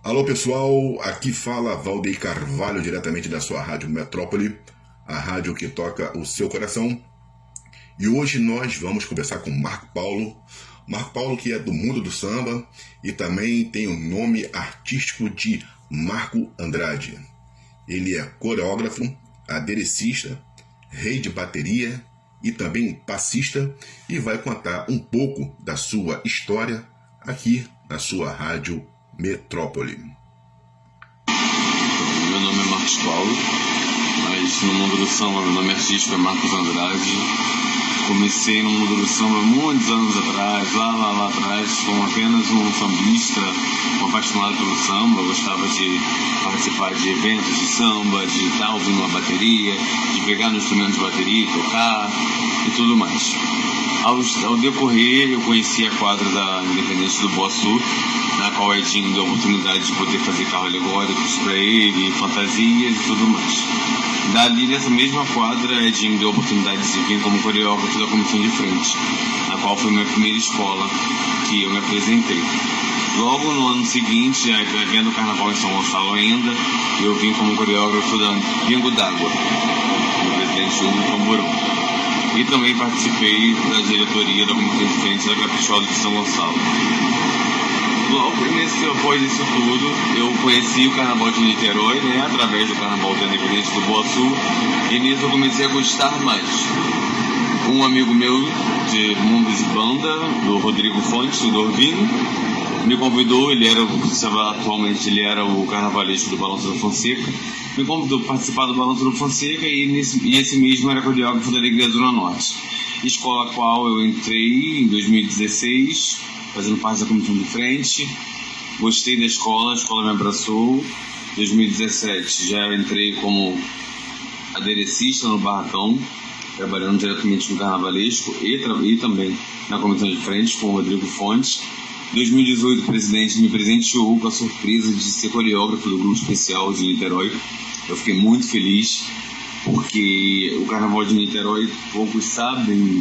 Alô pessoal, aqui fala Valdeir Carvalho, diretamente da sua Rádio Metrópole, a rádio que toca o seu coração. E hoje nós vamos conversar com Marco Paulo. Marco Paulo, que é do mundo do samba e também tem o nome artístico de Marco Andrade. Ele é coreógrafo, aderecista, rei de bateria e também passista, e vai contar um pouco da sua história aqui na sua Rádio Metrópole. Meu nome é Marcos Paulo, mas no mundo do samba meu nome artístico é Marcos Andrade. Comecei no mundo do samba muitos anos atrás, lá atrás, como apenas um sambista, um apaixonado pelo samba. Eu gostava de participar de eventos de samba, de estar ouvindo uma bateria, de pegar no instrumento de bateria e tocar e tudo mais. Ao decorrer, eu conheci a quadra da Independente do Boaçu, na qual Edinho deu a oportunidade de poder fazer carros alegóricos para ele, fantasias e tudo mais. Dali, nessa mesma quadra, Edinho me deu a oportunidade de vir como coreógrafo da comissão de frente, na qual foi minha primeira escola que eu me apresentei. Logo no ano seguinte, havendo o Carnaval em São Gonçalo ainda, eu vim como coreógrafo da Pingo d'Água, no presidente Hugo Camburão. E também participei da diretoria da comissão de frente da Caprichosa de São Gonçalo. Logo após isso tudo, eu conheci o Carnaval de Niterói, através do Carnaval da Independente do Boaçu, e nisso eu comecei a gostar mais. Um amigo meu de mundo de banda, do Rodrigo Fontes, do Dorvinho, me convidou. Atualmente ele era o carnavalesco do Balanço do Fonseca, me convidou para participar do Balanço do Fonseca, e esse mesmo era coreógrafo da Alegria Zona Norte, escola a qual eu entrei em 2016, fazendo parte da comissão de frente. Gostei da escola, a escola me abraçou. Em 2017 já entrei como aderecista no Barracão, trabalhando diretamente no carnavalesco e também na comissão de frente com o Rodrigo Fontes. Em 2018 o presidente me presenteou com a surpresa de ser coreógrafo do grupo especial de Niterói. Eu fiquei muito feliz, porque o Carnaval de Niterói, poucos sabem,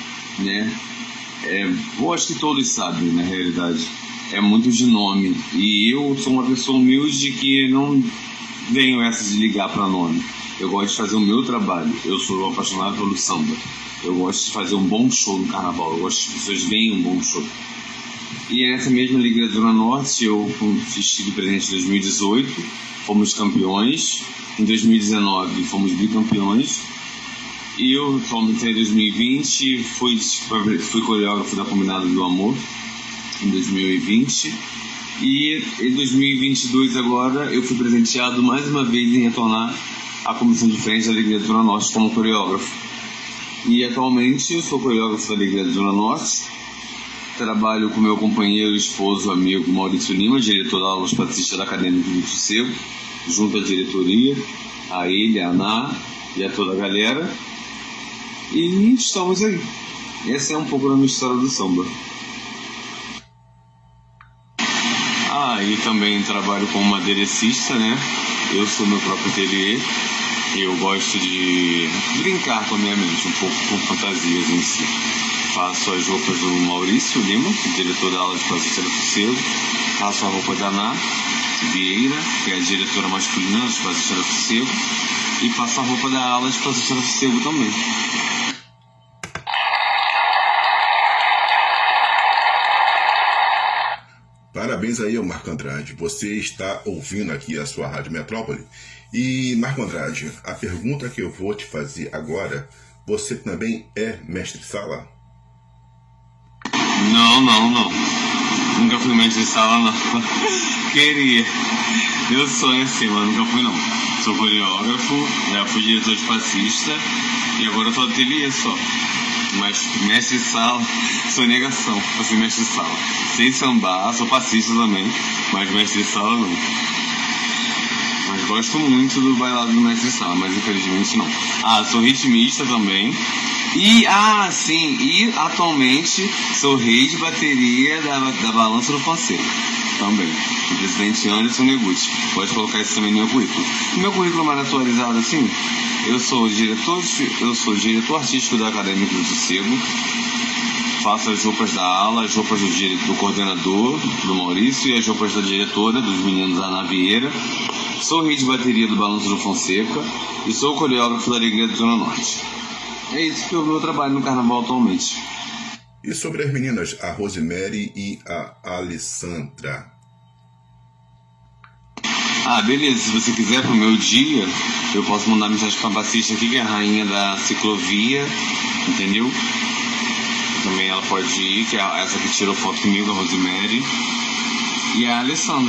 eu acho que todos sabem, na realidade. É muito de nome. E eu sou uma pessoa humilde que não venho essa de ligar para nome. Eu gosto de fazer o meu trabalho. Eu sou apaixonado pelo samba. Eu gosto de fazer um bom show no carnaval. Eu gosto que as pessoas venham um bom show. E nessa mesma Liga da Zona Norte, eu fui presidente em 2018. Fomos campeões. Em 2019, fomos bicampeões. E eu atualmente em 2020 fui coreógrafo da Combinado do Amor em 2020, e em 2022 agora eu fui presenteado mais uma vez em retornar à comissão de frente da Alegria da Zona Norte como coreógrafo. E atualmente eu sou coreógrafo da Alegria da Zona Norte, trabalho com meu companheiro, esposo, amigo Maurício Lima, diretor da Aulas Passistas da Acadêmica do Sossego, junto à diretoria, a ele, a Ana e a toda a galera. E estamos aí. Essa é um pouco da minha história do samba. E também trabalho como aderecista, Eu sou meu próprio ateliê. Eu gosto de brincar com a minha mente, um pouco com fantasias em si. Faço as roupas do Maurício Lima, diretor da Aula de Passista do Sossego. Faço a roupa da Ana Vieira, que é a diretora masculina dos Passistas do Sossego. E faço a roupa da Aula de Passista do Sossego também. Parabéns aí ao Marco Andrade. Você está ouvindo aqui a sua Rádio Metrópole. E, Marco Andrade, a pergunta que eu vou te fazer agora, você também é mestre-sala? Não. Nunca fui mestre-sala, não. Queria. Eu sonho assim, mas nunca fui, não. Sou coreógrafo, já fui diretor de passista e agora eu tô ateliê só. Mas mestre-sala, sou negação. Eu fui mestre-sala. Sei sambar, sou passista também, mas mestre-sala não. Mas gosto muito do bailado do mestre-sala, mas infelizmente não. Sou ritmista também. E atualmente sou rei de bateria da Balanço do Fonseca também. O presidente Anderson Negutti. Pode colocar isso também no meu currículo. O meu currículo é mais atualizado assim. Eu sou diretor artístico da Acadêmica do Sossego. faço as roupas da ala, as roupas do coordenador, do Maurício, e as roupas da diretora, dos meninos da Ana Vieira. Sou rei de bateria do Balanço do Fonseca e sou coreógrafo da Alegria da Zona Norte. É isso que é o meu trabalho no carnaval atualmente. E sobre as meninas, a Rosemary e a Alessandra? Beleza, se você quiser pro meu dia, eu posso mandar mensagem pra bassista aqui, que é a rainha da ciclovia, entendeu? Também ela pode ir, que é essa que tirou foto comigo, a Rosemary. E a Alessandra,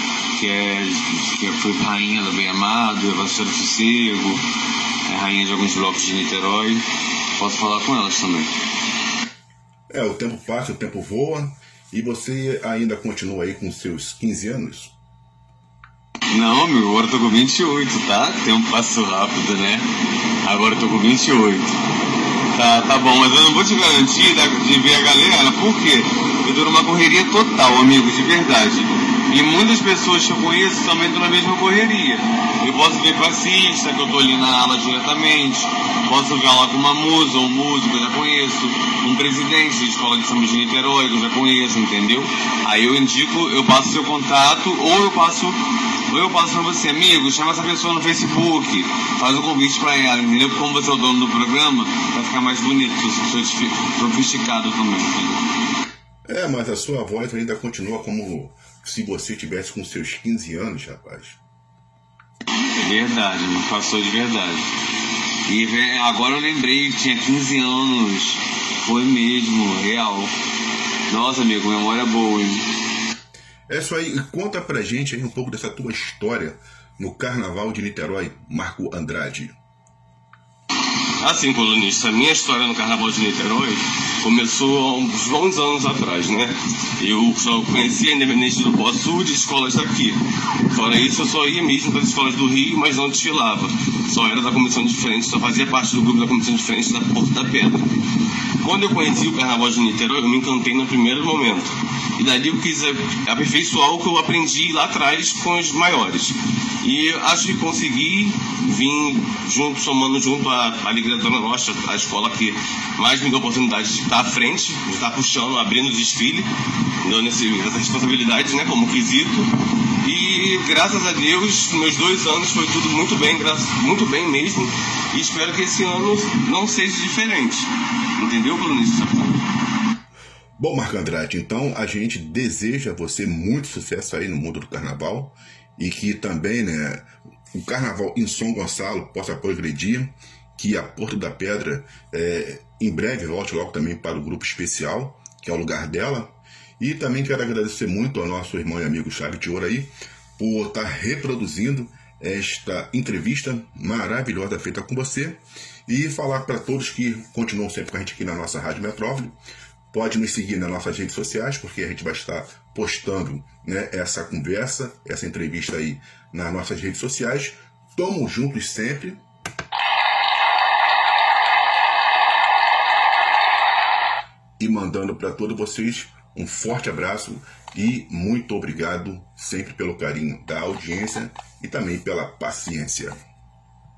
que foi rainha da Bem Amado, Evastura do Sossego, é rainha de alguns blocos de Niterói. Posso falar com elas também. O tempo passa, o tempo voa, e você ainda continua aí com seus 15 anos? Não, meu, agora eu tô com 28, tá? O tempo passa rápido, né? Agora eu tô com 28. Tá bom, mas eu não vou te garantir de ver a galera, por quê? Eu tô numa correria total, amigo, de verdade. E muitas pessoas que eu conheço também estão na mesma correria. Eu posso ver bassista, que eu tô ali na ala diretamente. Posso ver lá com uma musa, um músico, eu já conheço. Um presidente de escola de samba de Niterói, que eu já conheço, entendeu? Aí eu indico, eu passo seu contato, ou eu passo pra você, amigo, chama essa pessoa no Facebook, faz um convite pra ela, entendeu? Porque como você é o dono do programa, vai ficar mais bonito, sofisticado também, entendeu? Mas a sua voz ainda continua como se você estivesse com seus 15 anos, rapaz. É verdade, me passou de verdade. E agora eu lembrei que tinha 15 anos, foi mesmo, real. Nossa, amigo, memória boa, hein? É isso aí, e conta pra gente aí um pouco dessa tua história no Carnaval de Niterói, Marco Andrade. Assim, colunista, a minha história no Carnaval de Niterói começou há uns bons anos atrás, né? Eu só conhecia a Independente do Poço de escolas daqui. Fora isso, eu só ia mesmo para as escolas do Rio, mas não desfilava. Só era da comissão de frente, só fazia parte do grupo da comissão de frente da Porta da Pedra. Quando eu conheci o Carnaval de Niterói, eu me encantei no primeiro momento. E dali eu quis aperfeiçoar o que eu aprendi lá atrás com os maiores. E acho que consegui vir somando junto à Alegria da Zona Norte, a escola que mais me deu a oportunidade de estar à frente, de estar puxando, abrindo o desfile, dando essa responsabilidade, né, como quesito. E graças a Deus, meus 2 anos foi tudo muito bem mesmo. E espero que esse ano não seja diferente. Entendeu, colunista? Bom, Marco Andrade, então a gente deseja a você muito sucesso aí no mundo do carnaval e que também, né, o carnaval em São Gonçalo possa progredir, que a Porta da Pedra em breve volte logo também para o grupo especial, que é o lugar dela. E também quero agradecer muito ao nosso irmão e amigo Chave de Ouro aí por estar reproduzindo esta entrevista maravilhosa feita com você e falar para todos que continuam sempre com a gente aqui na nossa Rádio Metrópole. Pode nos seguir nas nossas redes sociais, porque a gente vai estar postando, né, essa conversa, essa entrevista aí nas nossas redes sociais. Tamo juntos sempre. E mandando para todos vocês um forte abraço e muito obrigado sempre pelo carinho da audiência e também pela paciência.